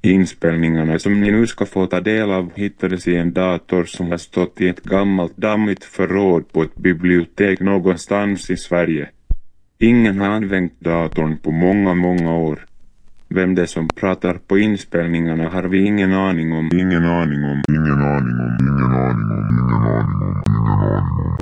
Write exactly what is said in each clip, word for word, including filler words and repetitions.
Inspelningarna som ni nu ska få ta del av hittades i en dator som har stått i ett gammalt dammigt förråd på ett bibliotek någonstans i Sverige. Ingen har använt datorn på många, många år. Vem det som pratar på inspelningarna har vi ingen aning om. Ingen aning om. Ingen aning om. Ingen aning om. Ingen aning om. Ingen aning om.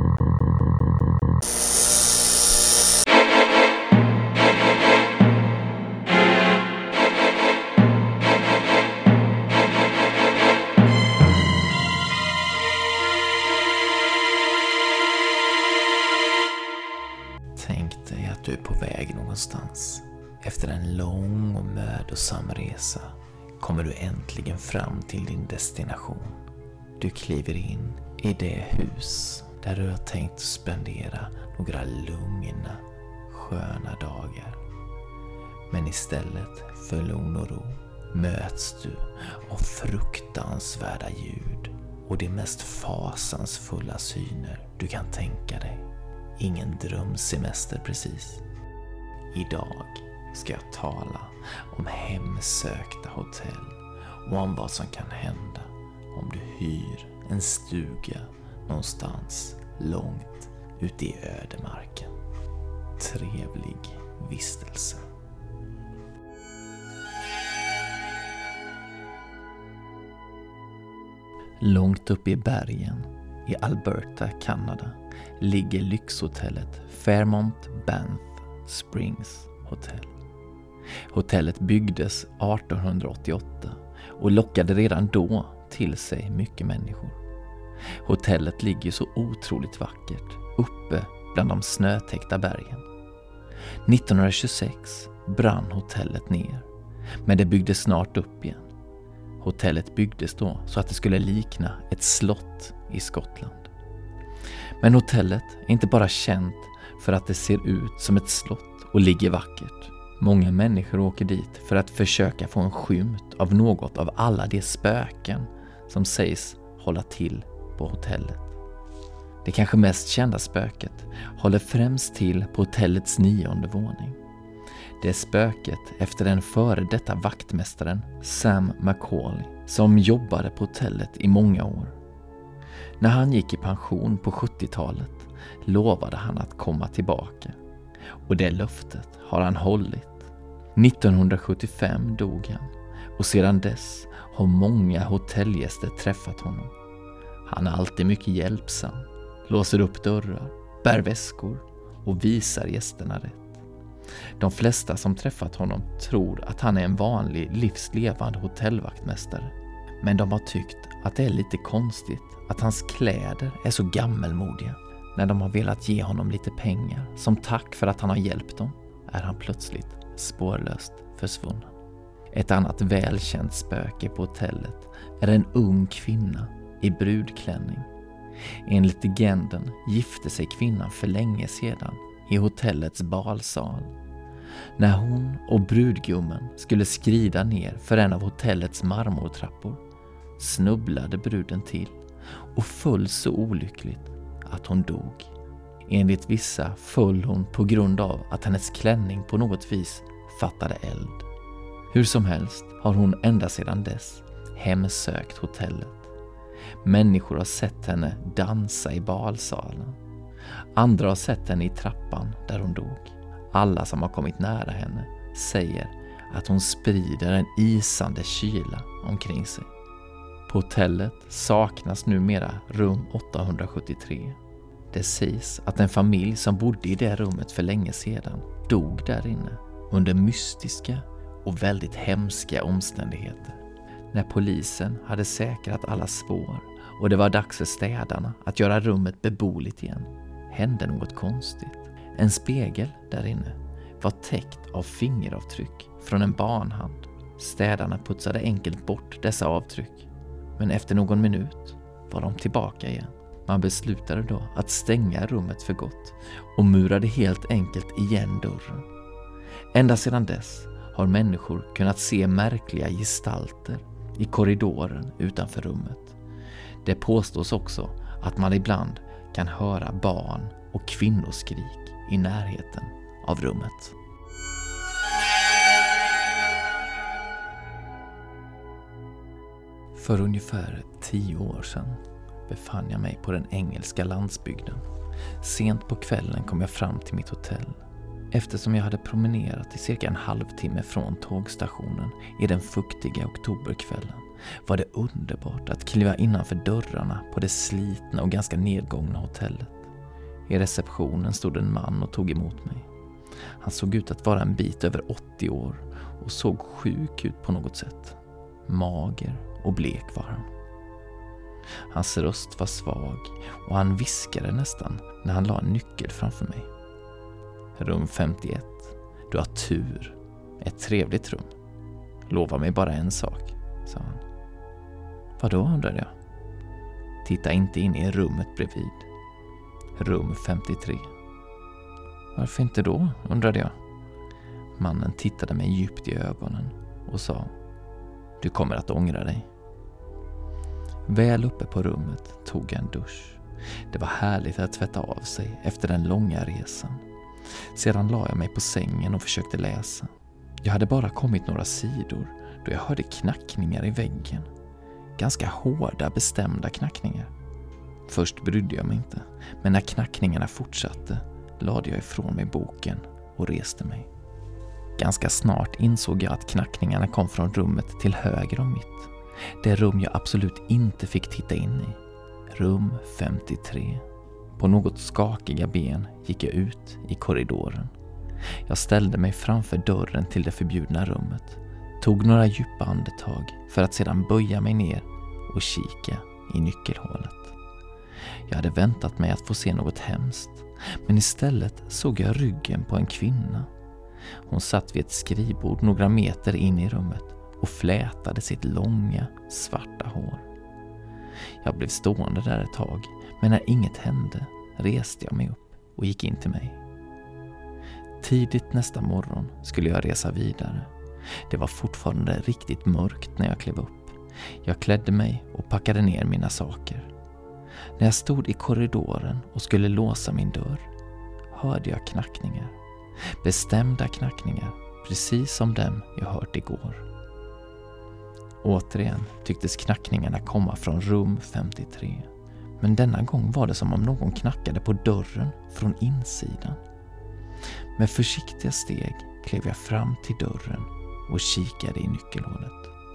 Tänk dig att du är på väg någonstans. Efter en lång och mödosam resa kommer du äntligen fram till din destination. Du kliver in i det hus där du har tänkt spendera några lugna, sköna dagar. Men istället för lugn och ro möts du av fruktansvärda ljud och de mest fasansfulla syner du kan tänka dig. Ingen drömsemester precis. Idag ska jag tala om hemsökta hotell och om vad som kan hända om du hyr en stuga någonstans långt ute i ödemarken. Trevlig vistelse. Långt uppe i bergen i Alberta, Kanada, ligger lyxhotellet Fairmont Banff Springs Hotel. Hotellet byggdes arton åttioåtta och lockade redan då till sig mycket människor. Hotellet ligger så otroligt vackert uppe bland de snötäckta bergen. nittonhundratjugosex brann hotellet ner, men det byggdes snart upp igen. Hotellet byggdes då så att det skulle likna ett slott i Skottland. Men hotellet är inte bara känt för att det ser ut som ett slott och ligger vackert. Många människor åker dit för att försöka få en skymt av något av alla de spöken som sägs hålla till på hotellet. Det kanske mest kända spöket håller främst till på hotellets nionde våning. Det är spöket efter den före detta vaktmästaren Sam McCauley som jobbade på hotellet i många år. När han gick i pension på sjuttiotalet lovade han att komma tillbaka. Och det löftet har han hållit. nittonhundrasjuttiofem dog han och sedan dess har många hotellgäster träffat honom. Han är alltid mycket hjälpsam, låser upp dörrar, bär väskor och visar gästerna rätt. De flesta som träffat honom tror att han är en vanlig livslevande hotellvaktmästare. Men de har tyckt att det är lite konstigt att hans kläder är så gammelmodiga. När de har velat ge honom lite pengar som tack för att han har hjälpt dem är han plötsligt spårlöst försvunnen. Ett annat välkänt spöke på hotellet är en ung kvinna i brudklänning. Enligt legenden gifte sig kvinnan för länge sedan i hotellets balsal. När hon och brudgummen skulle skrida ner för en av hotellets marmortrappor snubblade bruden till och föll så olyckligt att hon dog. Enligt vissa föll hon på grund av att hennes klänning på något vis fattade eld. Hur som helst har hon ända sedan dess hemsökt hotellet. Människor har sett henne dansa i balsalen. Andra har sett henne i trappan där hon dog. Alla som har kommit nära henne säger att hon sprider en isande kyla omkring sig. På hotellet saknas numera rum åttahundrasjuttiotre. Det sägs att en familj som bodde i det rummet för länge sedan dog där inne under mystiska och väldigt hemska omständigheter. När polisen hade säkrat alla spår och det var dags för städarna att göra rummet beboeligt igen hände något konstigt. En spegel där inne var täckt av fingeravtryck från en barnhand. Städarna putsade enkelt bort dessa avtryck, men efter någon minut var de tillbaka igen. Man beslutade då att stänga rummet för gott och murade helt enkelt igen dörren. Ända sedan dess har människor kunnat se märkliga gestalter i korridoren utanför rummet. Det påstås också att man ibland kan höra barn och kvinnoskrik i närheten av rummet. För ungefär tio år sedan befann jag mig på den engelska landsbygden. Sent på kvällen kom jag fram till mitt hotell. Eftersom jag hade promenerat i cirka en halvtimme från tågstationen i den fuktiga oktoberkvällen var det underbart att kliva innanför dörrarna på det slitna och ganska nedgångna hotellet. I receptionen stod en man och tog emot mig. Han såg ut att vara en bit över åttio år och såg sjuk ut på något sätt. Mager och blek var han. Hans röst var svag och han viskade nästan när han la en nyckel framför mig. Rum femtioett. Du har tur. Ett trevligt rum. Lova mig bara en sak, sa han. Vadå, undrade jag. Titta inte in i rummet bredvid. Rum femtiotre. Varför inte då, undrade jag. Mannen tittade mig djupt i ögonen och sa: du kommer att ångra dig. Väl uppe på rummet tog jag en dusch. Det var härligt att tvätta av sig efter den långa resan. Sedan la jag mig på sängen och försökte läsa. Jag hade bara kommit några sidor då jag hörde knackningar i väggen. Ganska hårda, bestämda knackningar. Först brydde jag mig inte, men när knackningarna fortsatte lade jag ifrån mig boken och reste mig. Ganska snart insåg jag att knackningarna kom från rummet till höger om mitt. Det rum jag absolut inte fick titta in i. Rum femtiotre. På något skakiga ben gick jag ut i korridoren. Jag ställde mig framför dörren till det förbjudna rummet. Tog några djupa andetag för att sedan böja mig ner och kika i nyckelhålet. Jag hade väntat mig att få se något hemskt, men istället såg jag ryggen på en kvinna. Hon satt vid ett skrivbord några meter in i rummet och flätade sitt långa, svarta hår. Jag blev stående där ett tag, men när inget hände reste jag mig upp och gick in till mig. Tidigt nästa morgon skulle jag resa vidare. Det var fortfarande riktigt mörkt när jag klev upp. Jag klädde mig och packade ner mina saker. När jag stod i korridoren och skulle låsa min dörr hörde jag knackningar. Bestämda knackningar, precis som dem jag hört igår. Återigen tycktes knackningarna komma från rum femtiotre. Men denna gång var det som om någon knackade på dörren från insidan. Med försiktiga steg klev jag fram till dörren och kikade i nyckelhålet.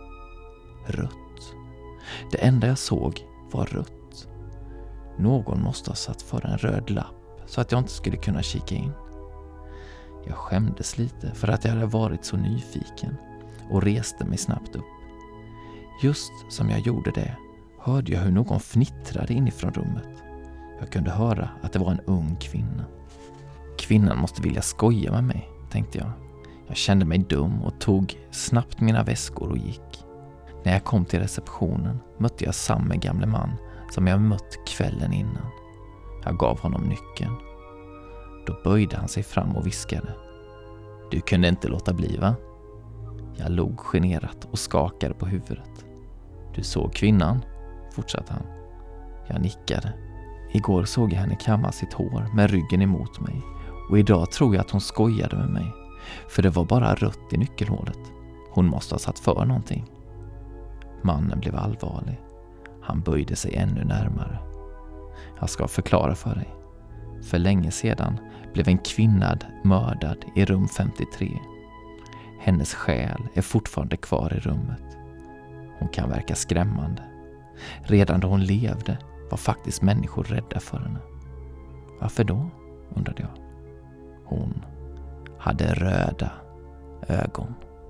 Rött. Det enda jag såg var rött. Någon måste ha satt för en röd lapp så att jag inte skulle kunna kika in. Jag skämdes lite för att jag hade varit så nyfiken och reste mig snabbt upp. Just som jag gjorde det hörde jag hur någon fnittrade inifrån rummet. Jag kunde höra att det var en ung kvinna. Kvinnan måste vilja skoja med mig, tänkte jag. Jag kände mig dum och tog snabbt mina väskor och gick. När jag kom till receptionen mötte jag samma gamle man som jag mött kvällen innan. Jag gav honom nyckeln. Då böjde han sig fram och viskade: du kunde inte låta bli, va? Jag log generat och skakade på huvudet. Du såg kvinnan, fortsatte han. Jag nickade. Igår såg jag henne kamma sitt hår med ryggen emot mig. Och idag tror jag att hon skojade med mig. För det var bara rött i nyckelhålet. Hon måste ha satt för någonting. Mannen blev allvarlig. Han böjde sig ännu närmare. Jag ska förklara för dig. För länge sedan blev en kvinna mördad i rum femtiotre. Hennes själ är fortfarande kvar i rummet. Hon kan verka skrämmande. Redan då hon levde var faktiskt människor rädda för henne. Varför då, undrade jag. Hon hade röda ögon.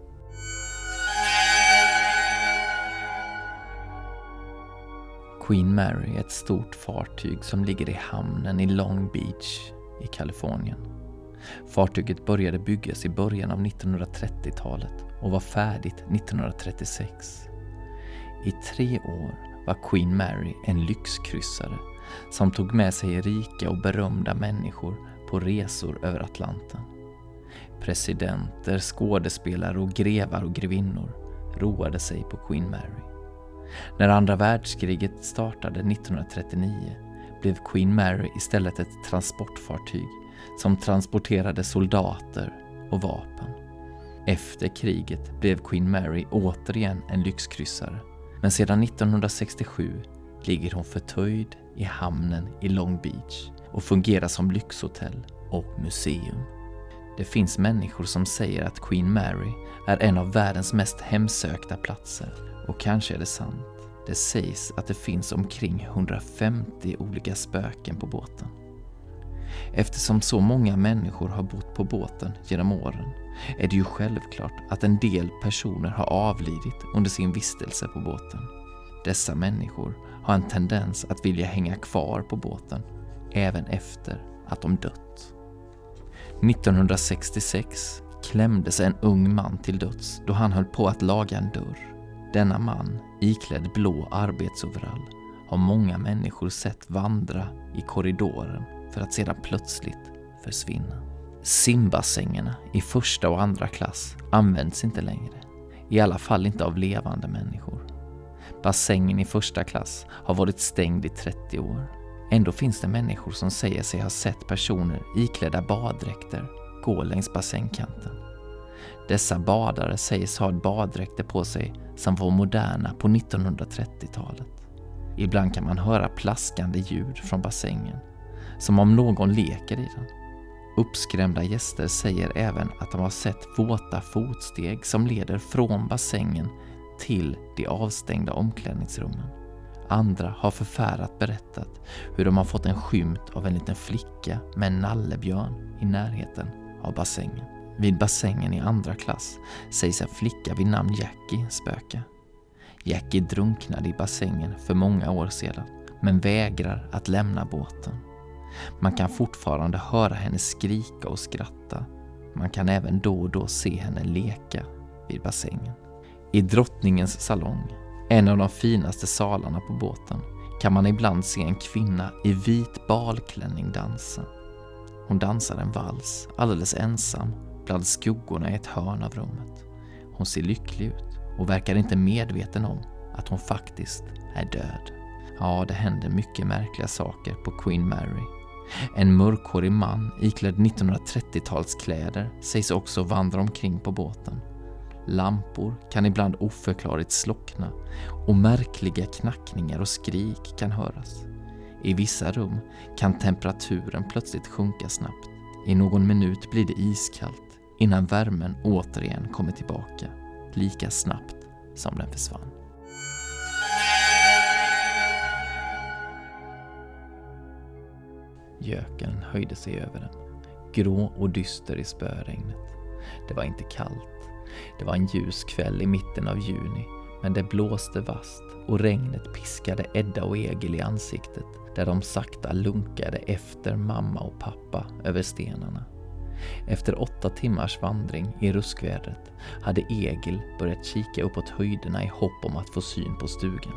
Queen Mary är ett stort fartyg som ligger i hamnen i Long Beach i Kalifornien. Fartyget började byggas i början av nittonhundratrettiotalet och var färdigt nittonhundratrettiosex. I tre år var Queen Mary en lyxkryssare som tog med sig rika och berömda människor på resor över Atlanten. Presidenter, skådespelare och grevar och grevinnor roade sig på Queen Mary. När andra världskriget startade nittonhundratrettionio blev Queen Mary istället ett transportfartyg som transporterade soldater och vapen. Efter kriget blev Queen Mary återigen en lyxkryssare, Men sedan nittonhundrasextiosju ligger hon förtöjd i hamnen i Long Beach och fungerar som lyxhotell och museum. Det finns människor som säger att Queen Mary är en av världens mest hemsökta platser. Och kanske är det sant. Det sägs att det finns omkring hundrafemtio olika spöken på båten. Eftersom så många människor har bott på båten genom åren är det ju självklart att en del personer har avlidit under sin vistelse på båten. Dessa människor har en tendens att vilja hänga kvar på båten även efter att de dött. nittonhundrasextiosex klämdes en ung man till döds då han höll på att laga en dörr. Denna man, iklädd blå arbetsoverall, har många människor sett vandra i korridoren för att sedan plötsligt försvinna. Simbassängerna i första och andra klass används inte längre, i alla fall inte av levande människor. Bassängen i första klass har varit stängd i trettio år. Ändå finns det människor som säger sig ha sett personer iklädda baddräkter gå längs bassängkanten. Dessa badare sägs ha baddräkter på sig som var moderna på nittonhundratrettiotalet. Ibland kan man höra plaskande ljud från bassängen, som om någon leker i den. Uppskrämda gäster säger även att de har sett våta fotsteg som leder från bassängen till de avstängda omklädningsrummen. Andra har förfärat berättat hur de har fått en skymt av en liten flicka med en nallebjörn i närheten av bassängen. Vid bassängen i andra klass sägs en flicka vid namn Jackie spöka. Jackie drunknade i bassängen för många år sedan, men vägrar att lämna båten. Man kan fortfarande höra henne skrika och skratta. Man kan även då och då se henne leka vid bassängen. I drottningens salong, en av de finaste salarna på båten, kan man ibland se en kvinna i vit balklänning dansa. Hon dansar en vals alldeles ensam bland skuggorna i ett hörn av rummet. Hon ser lycklig ut och verkar inte medveten om att hon faktiskt är död. Ja, det händer mycket märkliga saker på Queen Mary. En mörkhårig man iklädd nittonhundratrettiotalskläder sägs också vandra omkring på båten. Lampor kan ibland oförklarligt slockna och märkliga knackningar och skrik kan höras. I vissa rum kan temperaturen plötsligt sjunka snabbt. I någon minut blir det iskallt innan värmen återigen kommer tillbaka, lika snabbt som den försvann. Gökeln höjde sig över den, grå och dyster i spöregnet. Det var inte kallt. Det var en ljus kväll i mitten av juni, men det blåste vast och regnet piskade Edda och Egil i ansiktet där de sakta lunkade efter mamma och pappa över stenarna. Efter åtta timmars vandring i ruskvädret hade Egil börjat kika uppåt höjderna i hopp om att få syn på stugan.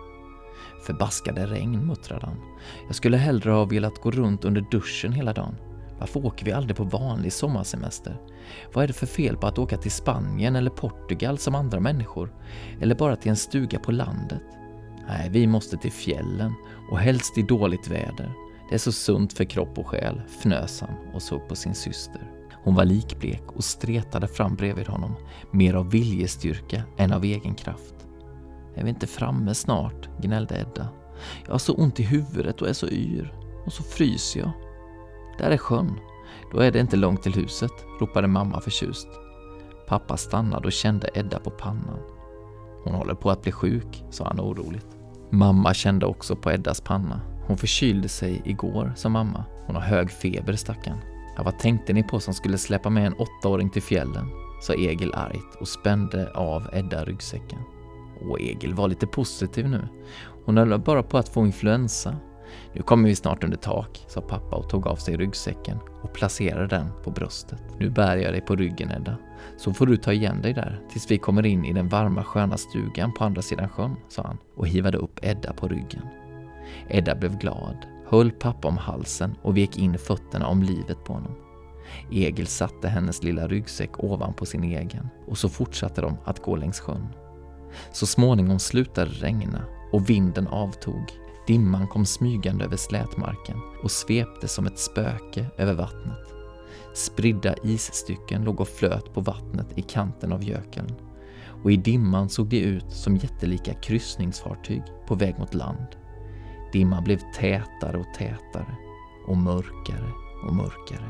Förbaskade regn, muttrade han. Jag skulle hellre ha velat gå runt under duschen hela dagen. Varför åker vi aldrig på vanlig sommarsemester? Vad är det för fel på att åka till Spanien eller Portugal som andra människor? Eller bara till en stuga på landet? Nej, vi måste till fjällen och helst i dåligt väder. Det är så sunt för kropp och själ, fnös han och såg på sin syster. Hon var likblek och stretade fram bredvid honom, mer av viljestyrka än av egen kraft. Är vi inte framme snart, gnällde Edda. Jag har så ont i huvudet och är så yr. Och så fryser jag. Där är sjön. Då är det inte långt till huset, ropade mamma förtjust. Pappa stannade och kände Edda på pannan. Hon håller på att bli sjuk, sa han oroligt. Mamma kände också på Eddas panna. Hon förkylde sig igår, sa mamma. Hon har hög feber, stackarn. Ja, vad tänkte ni på som skulle släppa med en åttaåring till fjällen? Sa Egil argt och spände av Edda ryggsäcken. Och Egil var lite positiv nu. Hon höll bara på att få influensa. Nu kommer vi snart under tak, sa pappa och tog av sig ryggsäcken och placerade den på bröstet. Nu bär jag dig på ryggen, Edda. Så får du ta igen dig där tills vi kommer in i den varma sköna stugan på andra sidan sjön, sa han och hivade upp Edda på ryggen. Edda blev glad, höll pappa om halsen och vek in fötterna om livet på honom. Egil satte hennes lilla ryggsäck ovanpå sin egen och så fortsatte de att gå längs sjön. Så småningom slutade regna och vinden avtog. Dimman kom smygande över slätmarken och svepte som ett spöke över vattnet. Spridda isstycken låg och flöt på vattnet i kanten av gökeln. och i dimman såg de ut som jättelika kryssningsfartyg på väg mot land. Dimman blev tätare och tätare och mörkare och mörkare.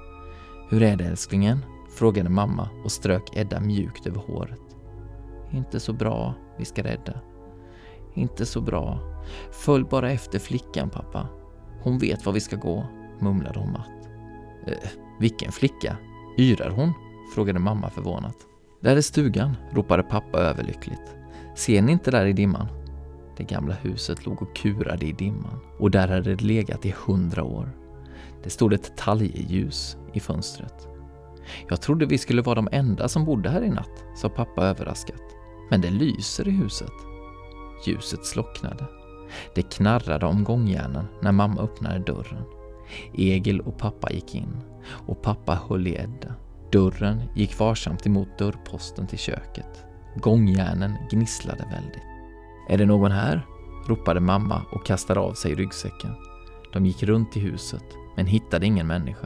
Hur är det, älsklingen? Frågade mamma och strök Edda mjukt över håret. Inte så bra, viskade Edda. Inte så bra. Följ bara efter flickan, pappa. Hon vet var vi ska gå, mumlade hon matt. Eh, vilken flicka? Yrar hon? Frågade mamma förvånat. Där är stugan, ropade pappa överlyckligt. Ser ni inte där i dimman? Det gamla huset låg och kurade i dimman och där hade det legat i hundra år. Det stod ett talgljus i fönstret. Jag trodde vi skulle vara de enda som bodde här i natt, sa pappa överraskat. Men det lyser i huset. Ljuset slocknade. Det knarrade om gångjärnen när mamma öppnade dörren. Egil och pappa gick in och pappa höll i Edda. Dörren gick varsamt emot dörrposten till köket. Gångjärnen gnisslade väldigt. Är det någon här? Ropade mamma och kastade av sig ryggsäcken. De gick runt i huset men hittade ingen människa.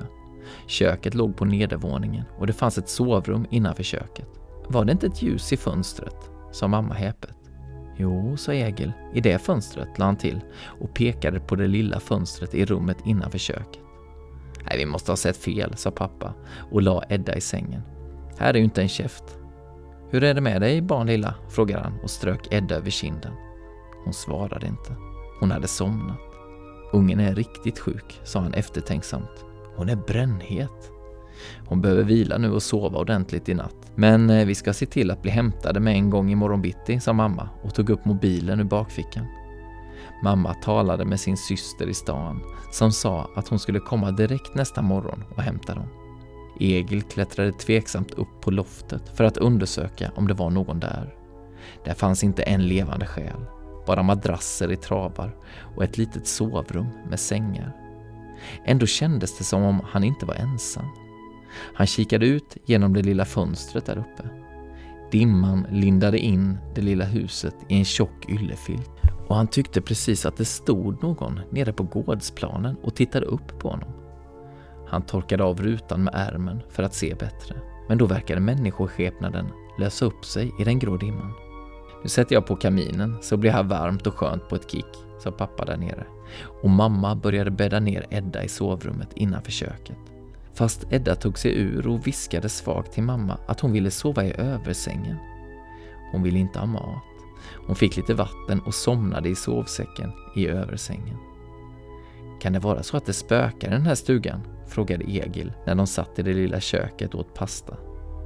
Köket låg på nedervåningen och det fanns ett sovrum innanför köket. Var det inte ett ljus i fönstret? Sa mamma häpet. Jo, sa Egil. I det fönstret, la han till och pekade på det lilla fönstret i rummet innanför köket. Nej, vi måste ha sett fel, sa pappa och la Edda i sängen. Här är ju inte en käft. Hur är det med dig, barn lilla? Frågade han och strök Edda över kinden. Hon svarade inte. Hon hade somnat. Ungen är riktigt sjuk, sa han eftertänksamt. Hon är brännhet. Hon behöver vila nu och sova ordentligt i natt. Men vi ska se till att bli hämtade med en gång i morgon bitti, sa mamma och tog upp mobilen ur bakfickan. Mamma talade med sin syster i stan som sa att hon skulle komma direkt nästa morgon och hämta dem. Egil klättrade tveksamt upp på loftet för att undersöka om det var någon där. Där fanns inte en levande själ, bara madrasser i travar och ett litet sovrum med sängar. Ändå kändes det som om han inte var ensam. Han kikade ut genom det lilla fönstret där uppe. Dimman lindade in det lilla huset i en tjock yllefilt och han tyckte precis att det stod någon nere på gårdsplanen och tittade upp på honom. Han torkade av rutan med ärmen för att se bättre, men då verkade människoskepnaden lösa upp sig i den grå dimman. Nu sätter jag på kaminen så blir här varmt och skönt på ett kick, sa pappa där nere. Och mamma började bädda ner Edda i sovrummet innanför köket. Fast Edda tog sig ur och viskade svagt till mamma att hon ville sova i översängen. Hon ville inte ha mat. Hon fick lite vatten och somnade i sovsäcken i översängen. Kan det vara så att det spökar i den här stugan? Frågade Egil när de satt i det lilla köket och åt pasta.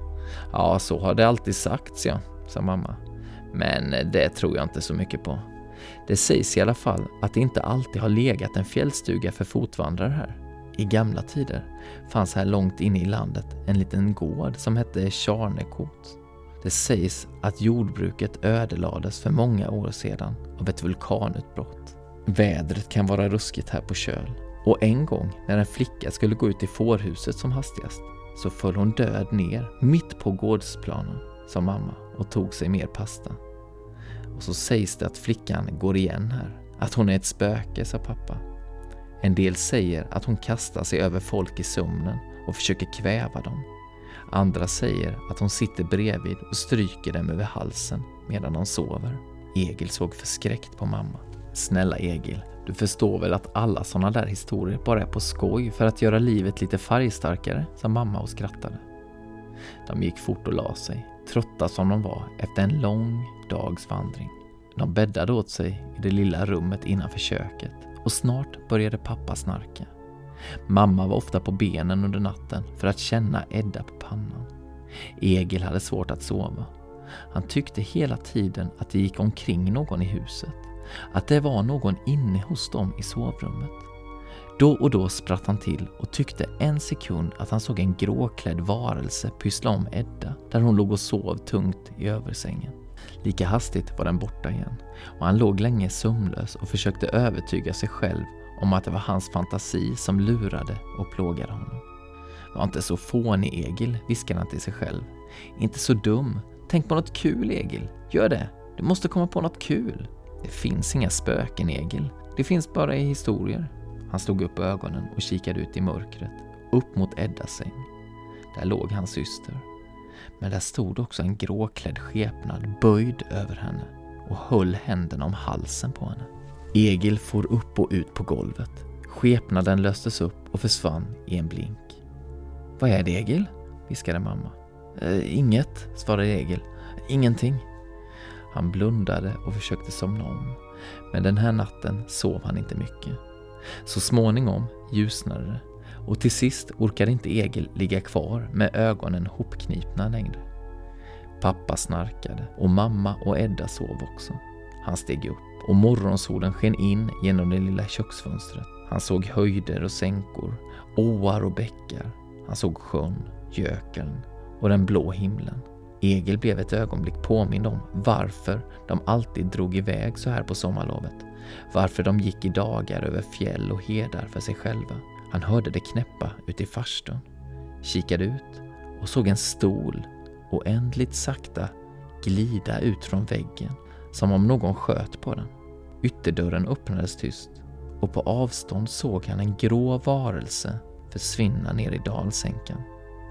Ja, så har det alltid sagts, ja, sa mamma. Men det tror jag inte så mycket på. Det sägs i alla fall att det inte alltid har legat en fjällstuga för fotvandrare här. I gamla tider fanns här långt inne i landet en liten gård som hette Tjarnekot. Det sägs att jordbruket ödelades för många år sedan av ett vulkanutbrott. Vädret kan vara ruskigt här på Köl. Och en gång när en flicka skulle gå ut i fårhuset som hastigast så föll hon död ner mitt på gårdsplanen, sa mamma och tog sig mer pasta. Och så sägs det att flickan går igen här. Att hon är ett spöke, sa pappa. En del säger att hon kastar sig över folk i sömnen och försöker kväva dem. Andra säger att hon sitter bredvid och stryker dem över halsen medan de sover. Egil såg förskräckt på mamma. Snälla Egil, du förstår väl att alla såna där historier bara är på skoj för att göra livet lite färgstarkare, sa mamma och skrattade. De gick fort och la sig, trötta som de var efter en lång dags vandring. De bäddade åt sig i det lilla rummet innanför köket och snart började pappa snarka. Mamma var ofta på benen under natten för att känna Edda på pannan. Egil hade svårt att sova. Han tyckte hela tiden att det gick omkring någon i huset. Att det var någon inne hos dem i sovrummet. Då och då spratt han till och tyckte en sekund att han såg en gråklädd varelse pyssla om Edda där hon låg och sov tungt i översängen. Lika hastigt var den borta igen och han låg länge sömnlös och försökte övertyga sig själv om att det var hans fantasi som lurade och plågade honom. Var inte så fånig, Egil, viskade han till sig själv. Inte så dum. Tänk på något kul, Egil. Gör det. Du måste komma på något kul. Det finns inga spöken, Egil. Det finns bara i historier. Han slog upp ögonen och kikade ut i mörkret, upp mot Eddas säng. Där låg hans syster. Men där stod också en gråklädd skepnad böjd över henne och höll händerna om halsen på henne. Egil for upp och ut på golvet. Skepnaden löstes upp och försvann i en blink. Vad är det, Egil? Viskade mamma. Eh, inget, svarade Egil. Ingenting. Han blundade och försökte somna om. Men den här natten sov han inte mycket. Så småningom ljusnade det. Och till sist orkade inte Egil ligga kvar med ögonen hopknipna längre. Pappa snarkade och mamma och Edda sov också. Han steg upp och morgonsolen sken in genom det lilla köksfönstret. Han såg höjder och sänkor, åar och bäckar. Han såg sjön, gökeln och den blå himlen. Egil blev ett ögonblick påmind om varför de alltid drog iväg så här på sommarlovet. Varför de gick i dagar över fjäll och hedar för sig själva. Han hörde det knäppa ut i farstun, kikade ut och såg en stol oändligt sakta glida ut från väggen som om någon sköt på den. Ytterdörren öppnades tyst och på avstånd såg han en grå varelse försvinna ner i dalsänkan.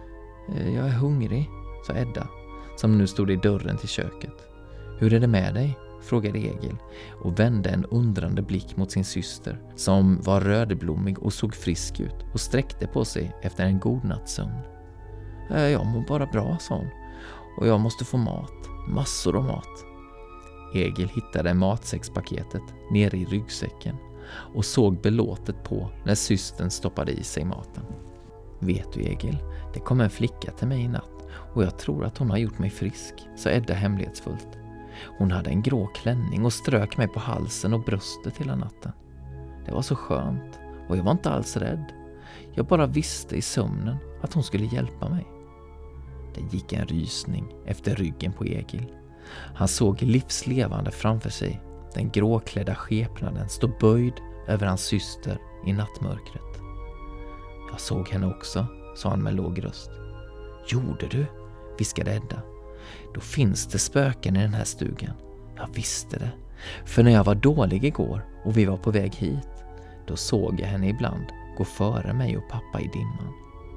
Jag är hungrig, sa Edda, som nu stod i dörren till köket. Hur är det med dig? Frågade Egil och vände en undrande blick mot sin syster som var rödblommig och såg frisk ut och sträckte på sig efter en god nattsömn. Jag mår bara bra, sa hon, och jag måste få mat, massor av mat. Egil hittade matsäckspaketet nere i ryggsäcken och såg belåtet på när systern stoppade i sig maten. Vet du, Egil, det kom en flicka till mig i natt och jag tror att hon har gjort mig frisk, sa Edda hemlighetsfullt. Hon hade en grå klänning och strök mig på halsen och bröstet hela natten. Det var så skönt och jag var inte alls rädd. Jag bara visste i sömnen att hon skulle hjälpa mig. Det gick en rysning efter ryggen på Egil. Han såg livslevande framför sig den gråklädda skepnaden stå böjd över hans syster i nattmörkret. Jag såg henne också, sa han med låg röst. Gjorde du? Viskade Edda. Då finns det spöken i den här stugan. Jag visste det. För när jag var dålig igår och vi var på väg hit, då såg jag henne ibland gå före mig och pappa i dimman.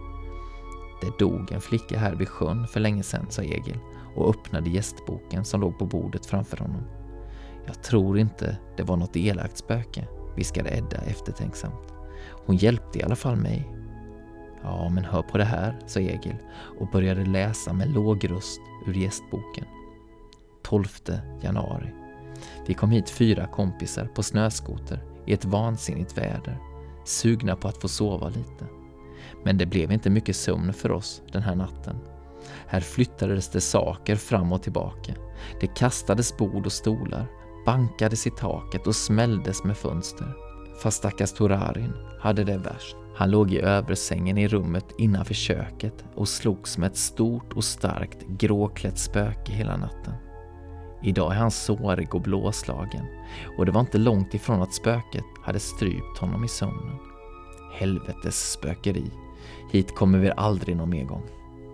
Det dog en flicka här vid sjön för länge sedan, sa Egil och öppnade gästboken som låg på bordet framför honom. Jag tror inte det var något elakt spöke, viskade Edda eftertänksamt. Hon hjälpte i alla fall mig. Ja, men hör på det här, sa Egil och började läsa med låg röst ur gästboken. tolfte januari. Vi kom hit fyra kompisar på snöskoter i ett vansinnigt väder, sugna på att få sova lite. Men det blev inte mycket sömn för oss den här natten. Här flyttades det saker fram och tillbaka. Det kastades bord och stolar, bankades i taket och smälldes med fönster. Fast stackars Torarin hade det värst. Han låg i översängen i rummet innanför köket och slogs med ett stort och starkt gråklätt spöke hela natten. Idag är han sårig och blåslagen och det var inte långt ifrån att spöket hade strypt honom i sömnen. Helvetes spökeri, hit kommer vi aldrig någon mer gång.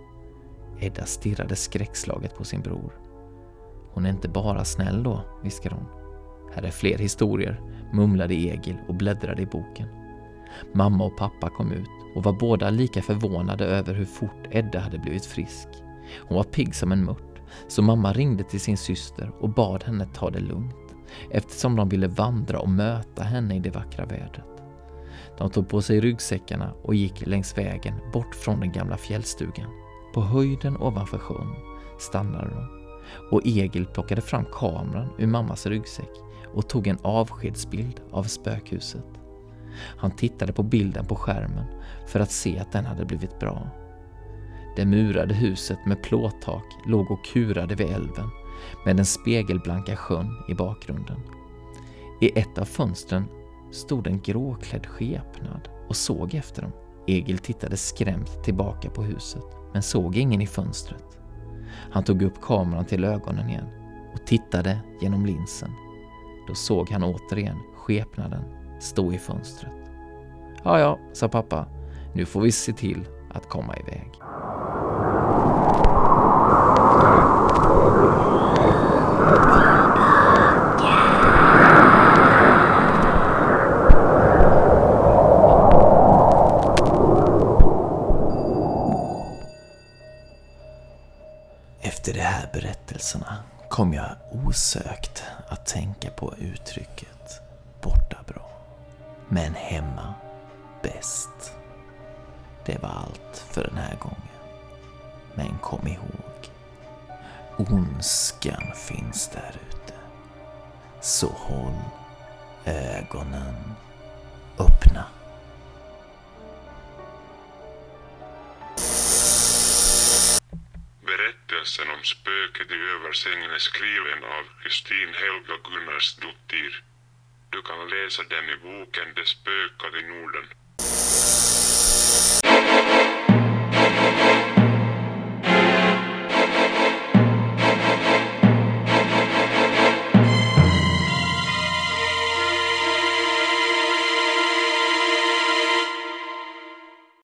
Edda stirrade skräckslaget på sin bror. Hon är inte bara snäll då, viskade hon. Här är fler historier, mumlade Egil och bläddrade i boken. Mamma och pappa kom ut och var båda lika förvånade över hur fort Edda hade blivit frisk. Hon var pigg som en mört, så mamma ringde till sin syster och bad henne ta det lugnt, eftersom de ville vandra och möta henne i det vackra vädret. De tog på sig ryggsäckarna och gick längs vägen bort från den gamla fjällstugan. På höjden ovanför sjön stannade de och Egil plockade fram kameran ur mammas ryggsäck och tog en avskedsbild av spökhuset. Han tittade på bilden på skärmen för att se att den hade blivit bra. Det murade huset med plåttak låg och kurade vid älven med den spegelblanka sjön i bakgrunden. I ett av fönstren stod en gråklädd skepnad och såg efter dem. Egil tittade skrämt tillbaka på huset men såg ingen i fönstret. Han tog upp kameran till ögonen igen och tittade genom linsen. Då såg han återigen skepnaden stå i fönstret. Ja, ja, sa pappa. Nu får vi se till att komma iväg. kom jag osökt att tänka på uttrycket borta bra, men hemma bäst. Det var allt för den här gången. Men kom ihåg, ondskan finns där ute. Så håll ögonen öppna. Berättelsen om spöket i översängen är skriven av Kristin Helga Gunnarsdottir. Du kan läsa den i boken Det spökade i Norden.